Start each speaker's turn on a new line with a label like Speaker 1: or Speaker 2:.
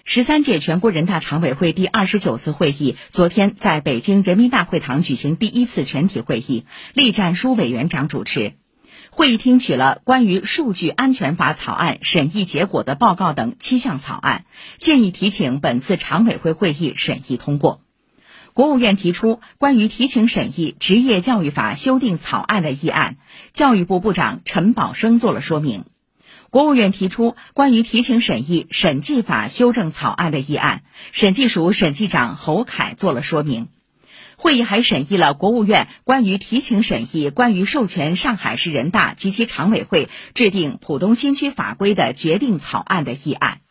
Speaker 1: 13届全国人大常委会第29次会议昨天在北京人民大会堂举行第1次全体会议，栗战书委员长主持。会议听取了关于数据安全法草案审议结果的报告等7项草案，建议提请本次常委会会议审议通过。国务院提出关于提请审议职业教育法修订草案的议案，教育部部长陈宝生作了说明。国务院提出关于提请审议审计法修正草案的议案，审计署审计长侯凯作了说明。会议还审议了国务院关于提请审议关于授权上海市人大及其常委会制定浦东新区法规的决定草案的议案。